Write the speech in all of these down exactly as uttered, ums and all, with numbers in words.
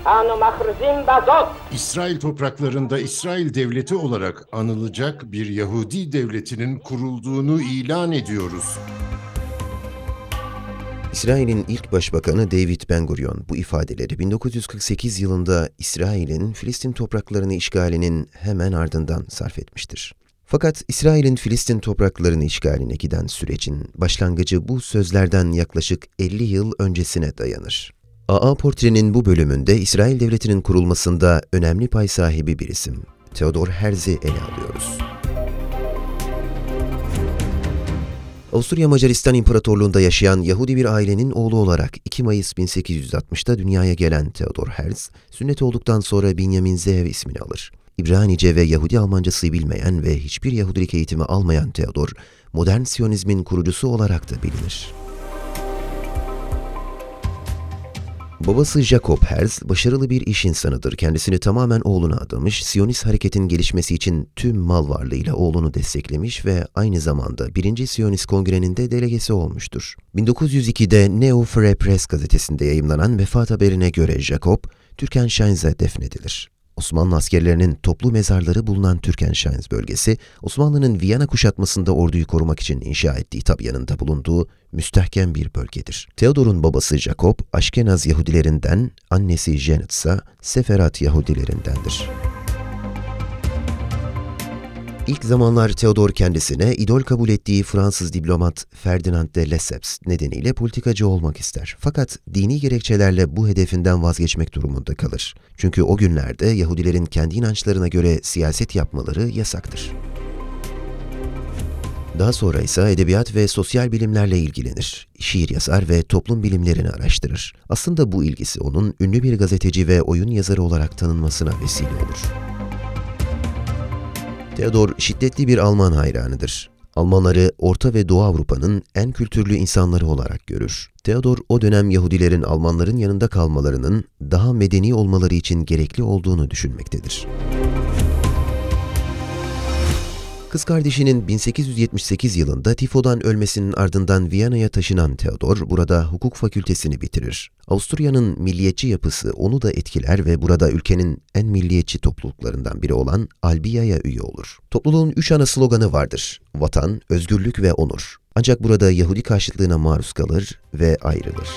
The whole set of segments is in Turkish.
İsrail topraklarında İsrail devleti olarak anılacak bir Yahudi devletinin kurulduğunu ilan ediyoruz. İsrail'in ilk başbakanı David Ben-Gurion bu ifadeleri bin dokuz yüz kırk sekiz yılında İsrail'in Filistin topraklarını işgalinin hemen ardından sarf etmiştir. Fakat İsrail'in Filistin topraklarını işgaline giden sürecin başlangıcı bu sözlerden yaklaşık elli yıl öncesine dayanır. A A Portre'nin bu bölümünde İsrail Devleti'nin kurulmasında önemli pay sahibi bir isim, Theodor Herzl'i ele alıyoruz. Avusturya Macaristan İmparatorluğu'nda yaşayan Yahudi bir ailenin oğlu olarak iki Mayıs bin sekiz yüz altmışta dünyaya gelen Theodor Herzl, sünnet olduktan sonra Binyamin Zeev ismini alır. İbranice ve Yahudi Almancası bilmeyen ve hiçbir Yahudilik eğitimi almayan Theodor, modern Siyonizmin kurucusu olarak da bilinir. Babası Jacob Herzl, başarılı bir iş insanıdır. Kendisini tamamen oğluna adamış, Siyonist hareketin gelişmesi için tüm mal varlığıyla oğlunu desteklemiş ve aynı zamanda birinci Siyonist Kongre'nin de delegesi olmuştur. bin dokuz yüz ikide Neo Freie Press gazetesinde yayımlanan vefat haberine göre Jacob, Türkenscheinze defnedilir. Osmanlı askerlerinin toplu mezarları bulunan Türkenscheinz bölgesi, Osmanlı'nın Viyana kuşatmasında orduyu korumak için inşa ettiği tabi yanında bulunduğu müstehkem bir bölgedir. Theodor'un babası Jacob, Aşkenaz Yahudilerinden, annesi Janet ise Seferat Yahudilerindendir. İlk zamanlar Theodor kendisine idol kabul ettiği Fransız diplomat Ferdinand de Lesseps nedeniyle politikacı olmak ister. Fakat dini gerekçelerle bu hedefinden vazgeçmek durumunda kalır. Çünkü o günlerde Yahudilerin kendi inançlarına göre siyaset yapmaları yasaktır. Daha sonra ise edebiyat ve sosyal bilimlerle ilgilenir. Şiir yazar ve toplum bilimlerini araştırır. Aslında bu ilgisi onun ünlü bir gazeteci ve oyun yazarı olarak tanınmasına vesile olur. Theodor şiddetli bir Alman hayranıdır. Almanları Orta ve Doğu Avrupa'nın en kültürlü insanları olarak görür. Theodor o dönem Yahudilerin Almanların yanında kalmalarının daha medeni olmaları için gerekli olduğunu düşünmektedir. Kız kardeşinin bin sekiz yüz yetmiş sekiz yılında tifodan ölmesinin ardından Viyana'ya taşınan Theodor burada hukuk fakültesini bitirir. Avusturya'nın milliyetçi yapısı onu da etkiler ve burada ülkenin en milliyetçi topluluklarından biri olan Albiya'ya üye olur. Topluluğun üç ana sloganı vardır: vatan, özgürlük ve onur. Ancak burada Yahudi karşıtlığına maruz kalır ve ayrılır.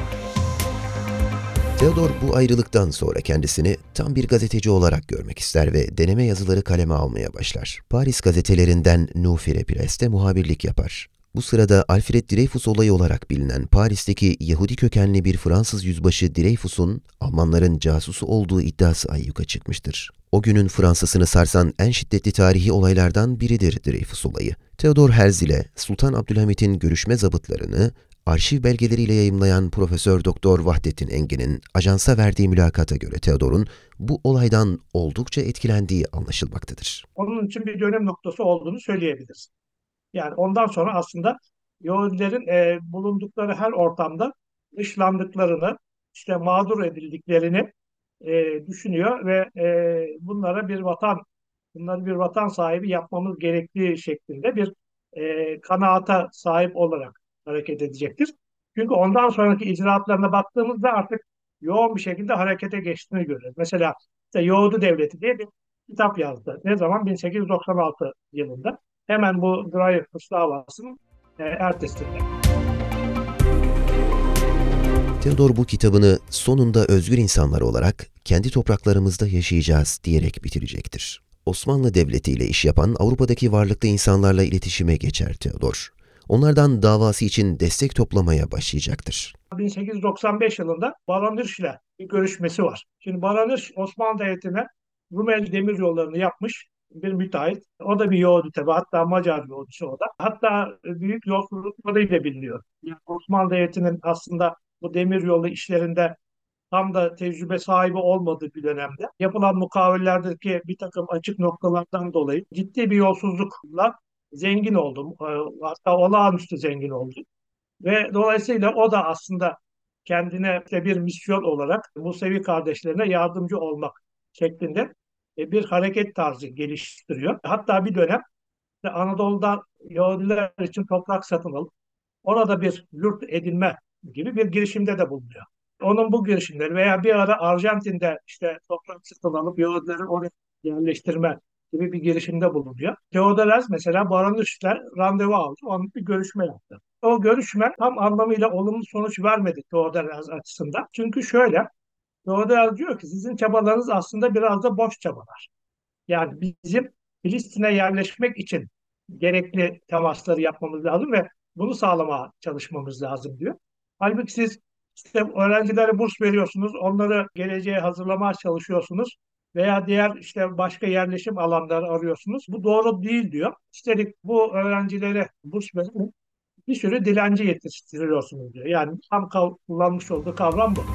Theodor bu ayrılıktan sonra kendisini tam bir gazeteci olarak görmek ister ve deneme yazıları kaleme almaya başlar. Paris gazetelerinden Neo Freie Press'te muhabirlik yapar. Bu sırada Alfred Dreyfus olayı olarak bilinen Paris'teki Yahudi kökenli bir Fransız yüzbaşı Dreyfus'un Almanların casusu olduğu iddiası ayyuka çıkmıştır. O günün Fransa'sını sarsan en şiddetli tarihi olaylardan biridir Dreyfus olayı. Theodor Herzl ile Sultan Abdülhamit'in görüşme zabıtlarını arşiv belgeleriyle yayımlayan Profesör Doktor Vahdettin Engin'in ajansa verdiği mülakata göre Theodor'un bu olaydan oldukça etkilendiği anlaşılmaktadır. Onun için bir dönüm noktası olduğunu söyleyebiliriz. Yani ondan sonra aslında Yahudilerin e, bulundukları her ortamda dışlandıklarını, işte mağdur edildiklerini e, düşünüyor ve e, bunlara bir vatan, bunları bir vatan sahibi yapmamız gerektiği şeklinde bir e, kanaata sahip olarak hareket edecektir. Çünkü ondan sonraki icraatlarına baktığımızda artık yoğun bir şekilde harekete geçtiğini görüyoruz. Mesela işte Yahudi Devleti diye bir kitap yazdı. Ne zaman? bin sekiz yüz doksan altı yılında. Hemen bu Dreyfus davasının e, ertesinde. Theodor bu kitabını sonunda özgür insanlar olarak kendi topraklarımızda yaşayacağız diyerek bitirecektir. Osmanlı Devleti ile iş yapan Avrupa'daki varlıklı insanlarla iletişime geçer Theodor. Onlardan davası için destek toplamaya başlayacaktır. bin sekiz yüz doksan beş yılında Baron Hirsch ile bir görüşmesi var. Şimdi Baron Hirsch Osmanlı Devleti'ne Rumeli Demiryolları'nı yapmış bir müteahhit. O da bir Yahudi tabi, hatta Macar Yahudisi o da. Hatta büyük yolsuzluklarıyla biliniyor. Yani Osmanlı Devleti'nin aslında bu demiryolu işlerinde tam da tecrübe sahibi olmadığı bir dönemde yapılan mukavellerdeki bir takım açık noktalardan dolayı ciddi bir yolsuzlukla zengin oldu. Hatta olağanüstü zengin oldu. Ve dolayısıyla o da aslında kendine bir misyon olarak Musevi kardeşlerine yardımcı olmak şeklinde bir hareket tarzı geliştiriyor. Hatta bir dönem Anadolu'da Yahudiler için toprak satın alıp orada bir yurt edinme gibi bir girişimde de bulunuyor. Onun bu girişimleri veya bir ara Arjantin'de işte toprak satın alıp Yahudileri oraya yerleştirme gibi bir girişimde bulunuyor. Theodor Herzl mesela Baranus'la randevu aldı. Onun bir görüşme yaptı. O görüşme tam anlamıyla olumlu sonuç vermedi Theodor Herzl açısından. Çünkü şöyle, Theodor Herzl diyor ki sizin çabalarınız aslında biraz da boş çabalar. Yani bizim Filistin'e yerleşmek için gerekli temasları yapmamız lazım ve bunu sağlamaya çalışmamız lazım diyor. Halbuki siz işte öğrencilere burs veriyorsunuz, onları geleceğe hazırlamaya çalışıyorsunuz veya diğer işte başka yerleşim alanları arıyorsunuz. Bu doğru değil diyor. Üstelik bu öğrencilere burs verip bir sürü dilenci yetiştiriyorsunuz diyor. Yani tam kullanmış olduğu kavram bu.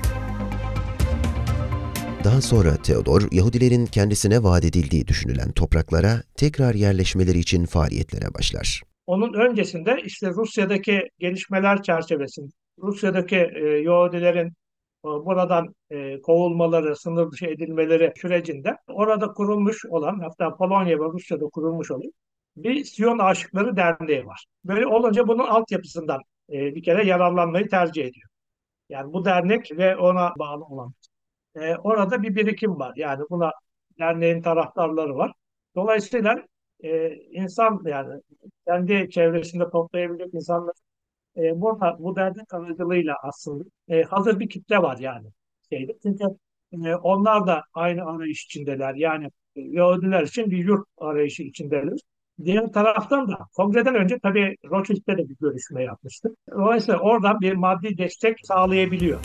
Daha sonra Theodor, Yahudilerin kendisine vaat edildiği düşünülen topraklara tekrar yerleşmeleri için faaliyetlere başlar. Onun öncesinde işte Rusya'daki gelişmeler çerçevesinde, Rusya'daki e, Yahudilerin e, buradan e, kovulmaları, sınır dışı edilmeleri sürecinde orada kurulmuş olan, hatta Polonya ve Rusya'da kurulmuş olan bir Siyon Aşıkları Derneği var. Böyle olunca bunun altyapısından e, bir kere yararlanmayı tercih ediyor. Yani bu dernek ve ona bağlı olan. E, orada bir birikim var. Yani buna derneğin taraftarları var. Dolayısıyla e, insan yani kendi çevresinde toplayabilecek insanlar e, burada bu dernek aracılığıyla aslında e, hazır bir kitle var yani şeyde. Çünkü e, onlar da aynı arayış içindeler. Yani e, Yahudiler için bir yurt arayışı içindeler. Diğer taraftan da kongreden önce tabii Rothschild'de de bir görüşme yapmıştı. Dolayısıyla oradan bir maddi destek sağlayabiliyor.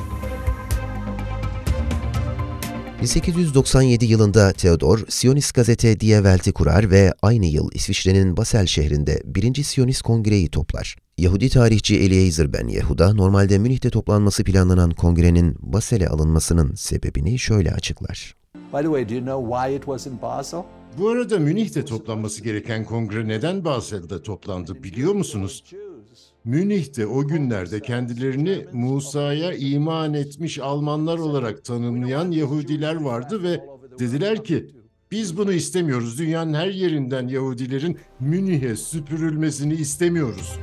bin sekiz yüz doksan yedi yılında Theodor, Siyonist gazete Die Welt'i kurar ve aynı yıl İsviçre'nin Basel şehrinde birinci Siyonist Kongre'yi toplar. Yahudi tarihçi Eliezer Ben Yehuda, normalde Münih'te toplanması planlanan kongrenin Basel'e alınmasının sebebini şöyle açıklar. By the way, do you know why it was in Basel? Bu arada Münih'te toplanması gereken kongre neden Basel'de toplandı biliyor musunuz? Münih'te o günlerde kendilerini Musa'ya iman etmiş Almanlar olarak tanımlayan Yahudiler vardı ve dediler ki biz bunu istemiyoruz. Dünyanın her yerinden Yahudilerin Münih'e süpürülmesini istemiyoruz.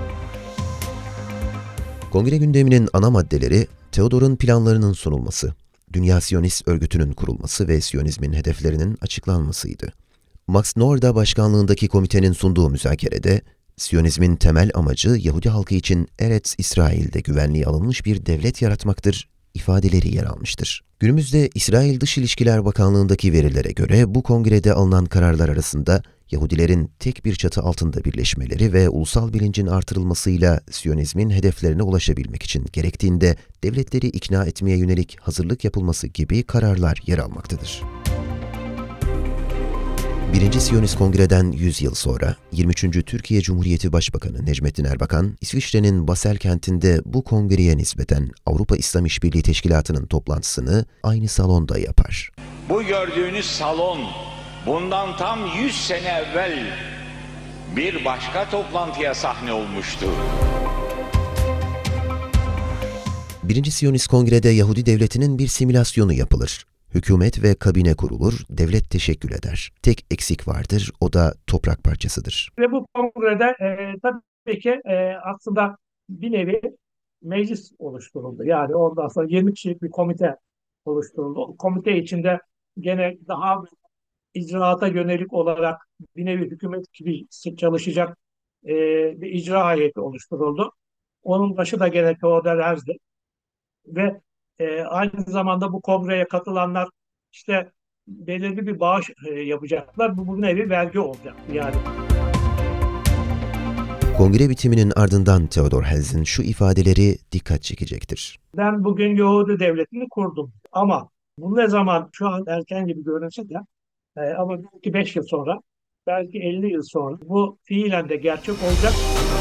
Kongre gündeminin ana maddeleri Theodor'un planlarının sunulması, Dünya Siyonist Örgütü'nün kurulması ve Siyonizmin hedeflerinin açıklanmasıydı. Max Norda başkanlığındaki komitenin sunduğu müzakerede, Siyonizmin temel amacı Yahudi halkı için Eretz İsrail'de güvenliğe alınmış bir devlet yaratmaktır ifadeleri yer almıştır. Günümüzde İsrail Dış İlişkiler Bakanlığı'ndaki verilere göre bu kongrede alınan kararlar arasında Yahudilerin tek bir çatı altında birleşmeleri ve ulusal bilincin artırılmasıyla Siyonizmin hedeflerine ulaşabilmek için gerektiğinde devletleri ikna etmeye yönelik hazırlık yapılması gibi kararlar yer almaktadır. Birinci Siyonist Kongre'den yüz yıl sonra yirmi üçüncü Türkiye Cumhuriyeti Başbakanı Necmettin Erbakan, İsviçre'nin Basel kentinde bu kongreye nispeten Avrupa İslam İşbirliği Teşkilatı'nın toplantısını aynı salonda yapar. Bu gördüğünüz salon bundan tam yüz sene evvel bir başka toplantıya sahne olmuştu. Birinci Siyonist Kongre'de Yahudi devletinin bir simülasyonu yapılır. Hükümet ve kabine kurulur, devlet teşekkül eder. Tek eksik vardır, o da toprak parçasıdır. Ve bu kongrede e, tabii ki e, aslında bir nevi meclis oluşturuldu. Yani ondan sonra yirmi kişilik bir komite oluşturuldu. O komite içinde gene daha icraata yönelik olarak bir nevi hükümet gibi çalışacak e, bir icra heyeti oluşturuldu. Onun başı da gene Theodor Herzl'di. Ve e, aynı zamanda bu kongreye katılanlar işte belirli bir bağış e, yapacaklar. Bu, bu nevi vergi olacaktı yani. Kongre bitiminin ardından Theodor Herzl'in şu ifadeleri dikkat çekecektir. Ben bugün Yahudi devletini kurdum ama bu ne zaman şu an erken gibi görünse de e, ama belki beş yıl sonra, belki elli yıl sonra bu fiilen de gerçek olacak.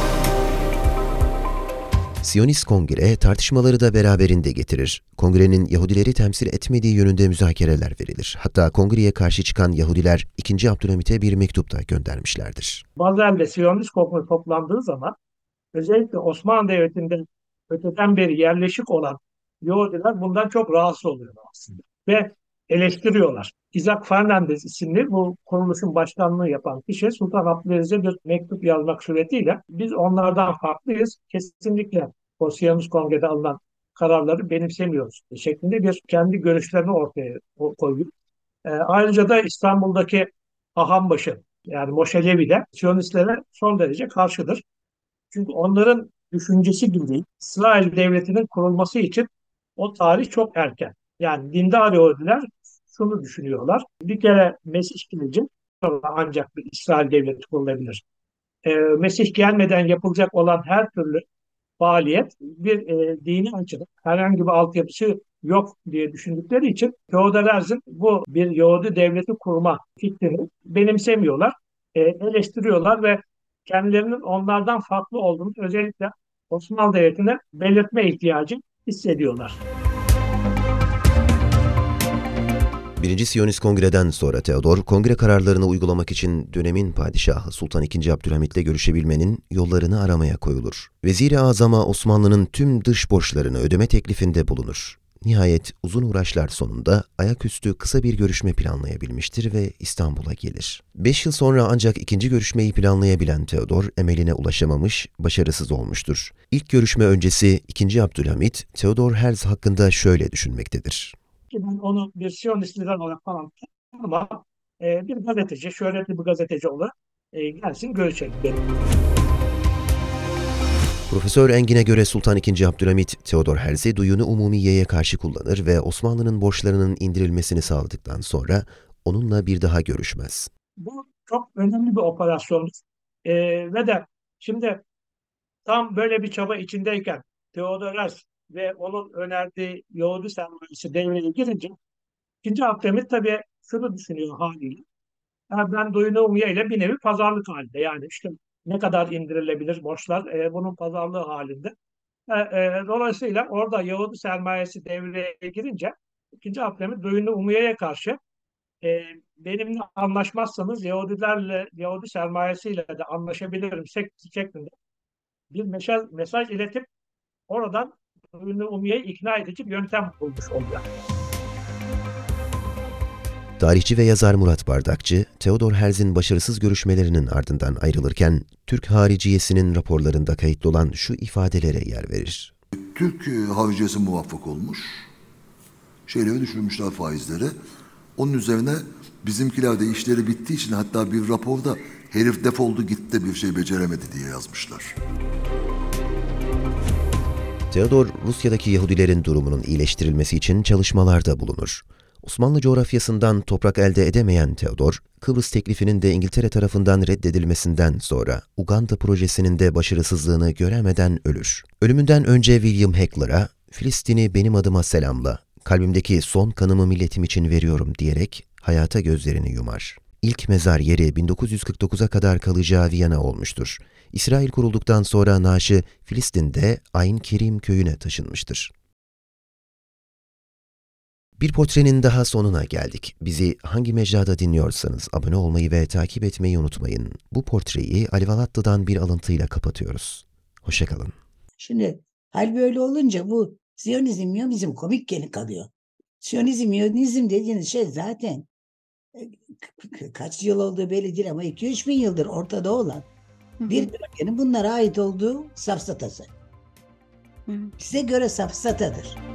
Siyonist Kongre tartışmaları da beraberinde getirir. Kongrenin Yahudileri temsil etmediği yönünde müzakereler verilir. Hatta kongreye karşı çıkan Yahudiler ikinci. Abdülhamit'e bir mektup da göndermişlerdir. Bazel'de Siyonist Kongre toplandığı zaman özellikle Osmanlı Devleti'nde öteden beri yerleşik olan Yahudiler bundan çok rahatsız oluyorlar aslında ve eleştiriyorlar. Isaac Fernandez isimli bu kuruluşun başkanlığı yapan kişi Sultan Abdülaziz'e bir mektup yazmak suretiyle biz onlardan farklıyız. Kesinlikle o Siyonist Kongre'de alınan kararları benimsemiyoruz şeklinde bir kendi görüşlerini ortaya koyuyor. E, ayrıca da İstanbul'daki Ahanbaşı yani Moşelevi de Siyonistlere son derece karşıdır. Çünkü onların düşüncesi gibi İsrail devletinin kurulması için o tarih çok erken. Yani dindar Yahudiler şunu düşünüyorlar. Bir kere Mesih gelecek, sonra ancak bir İsrail devleti kurulabilir. E, Mesih gelmeden yapılacak olan her türlü faaliyet bir e, dini açıdan herhangi bir altyapısı yok diye düşündükleri için Theodor Herzl bu bir Yahudi devleti kurma fikrini benimsemiyorlar, e, eleştiriyorlar ve kendilerinin onlardan farklı olduğunu özellikle Osmanlı Devleti'ne belirtme ihtiyacı hissediyorlar. Birinci Siyonist Kongre'den sonra Teodor, kongre kararlarını uygulamak için dönemin padişahı Sultan ikinci. Abdülhamit'le görüşebilmenin yollarını aramaya koyulur. Vezir-i Azam'a Osmanlı'nın tüm dış borçlarını ödeme teklifinde bulunur. Nihayet uzun uğraşlar sonunda ayaküstü kısa bir görüşme planlayabilmiştir ve İstanbul'a gelir. Beş yıl sonra ancak ikinci görüşmeyi planlayabilen Teodor, emeline ulaşamamış, başarısız olmuştur. İlk görüşme öncesi ikinci. Abdülhamit, Theodor Herzl hakkında şöyle düşünmektedir. Ben onu bir Siyonist lider olarak falan ama e, bir gazeteci, şöhretli bir gazeteci olarak e, gelsin görüşelim benim. Profesör Engin'e göre Sultan ikinci. Abdülhamit, Theodor Herzl'i duyunu umumiyeye karşı kullanır ve Osmanlı'nın borçlarının indirilmesini sağladıktan sonra onunla bir daha görüşmez. Bu çok önemli bir operasyondur. E, ve de şimdi tam böyle bir çaba içindeyken Theodor Herzl ve onun önerdiği Yahudi sermayesi devreye girince ikinci. Abdülhamit tabii şunu düşünüyor haliyle. Yani ben duyunu umumiye ile bir nevi pazarlık halinde. Yani işte ne kadar indirilebilir borçlar e, bunun pazarlığı halinde. E, e, dolayısıyla orada Yahudi sermayesi devreye girince ikinci. Abdülhamit duyunu umumiyeye karşı e, benimle anlaşmazsanız Yahudilerle, Yahudi sermayesiyle de anlaşabilirim şeklinde bir mesaj, mesaj iletip oradan duyunu umumiyeyi ikna edici bir yöntem bulmuş oluyor. Tarihçi ve yazar Murat Bardakçı, Theodor Herzl'in başarısız görüşmelerinin ardından ayrılırken, Türk hariciyesinin raporlarında kayıtlı olan şu ifadelere yer verir. Türk hariciyesi muvaffak olmuş, şeyleri düşürmüşler faizleri. Onun üzerine bizimkiler de işleri bittiği için hatta bir raporda herif defoldu gitti bir şey beceremedi diye yazmışlar. Theodor, Rusya'daki Yahudilerin durumunun iyileştirilmesi için çalışmalarda bulunur. Osmanlı coğrafyasından toprak elde edemeyen Theodor, Kıbrıs teklifinin de İngiltere tarafından reddedilmesinden sonra Uganda projesinin de başarısızlığını göremeden ölür. Ölümünden önce William Heckler'a, "Filistin'i benim adıma selamla, kalbimdeki son kanımı milletim için veriyorum" diyerek hayata gözlerini yumar. İlk mezar yeri bin dokuz yüz kırk dokuza kadar kalacağı Viyana olmuştur. İsrail kurulduktan sonra naaşı Filistin'de Ayn Kerim köyüne taşınmıştır. Bir portrenin daha sonuna geldik. Bizi hangi mecrada dinliyorsanız abone olmayı ve takip etmeyi unutmayın. Bu portreyi Ali Valatlı'dan bir alıntıyla kapatıyoruz. Hoşça kalın. Şimdi hal böyle olunca bu Siyonizm, Miyonizm komik gene kalıyor. Siyonizm, Miyonizm dediğiniz şey zaten kaç yıl olduğu belli değil ama iki üç bin yıldır ortada olan bir bölgenin bunlara ait olduğu safsatası. Size göre safsatadır.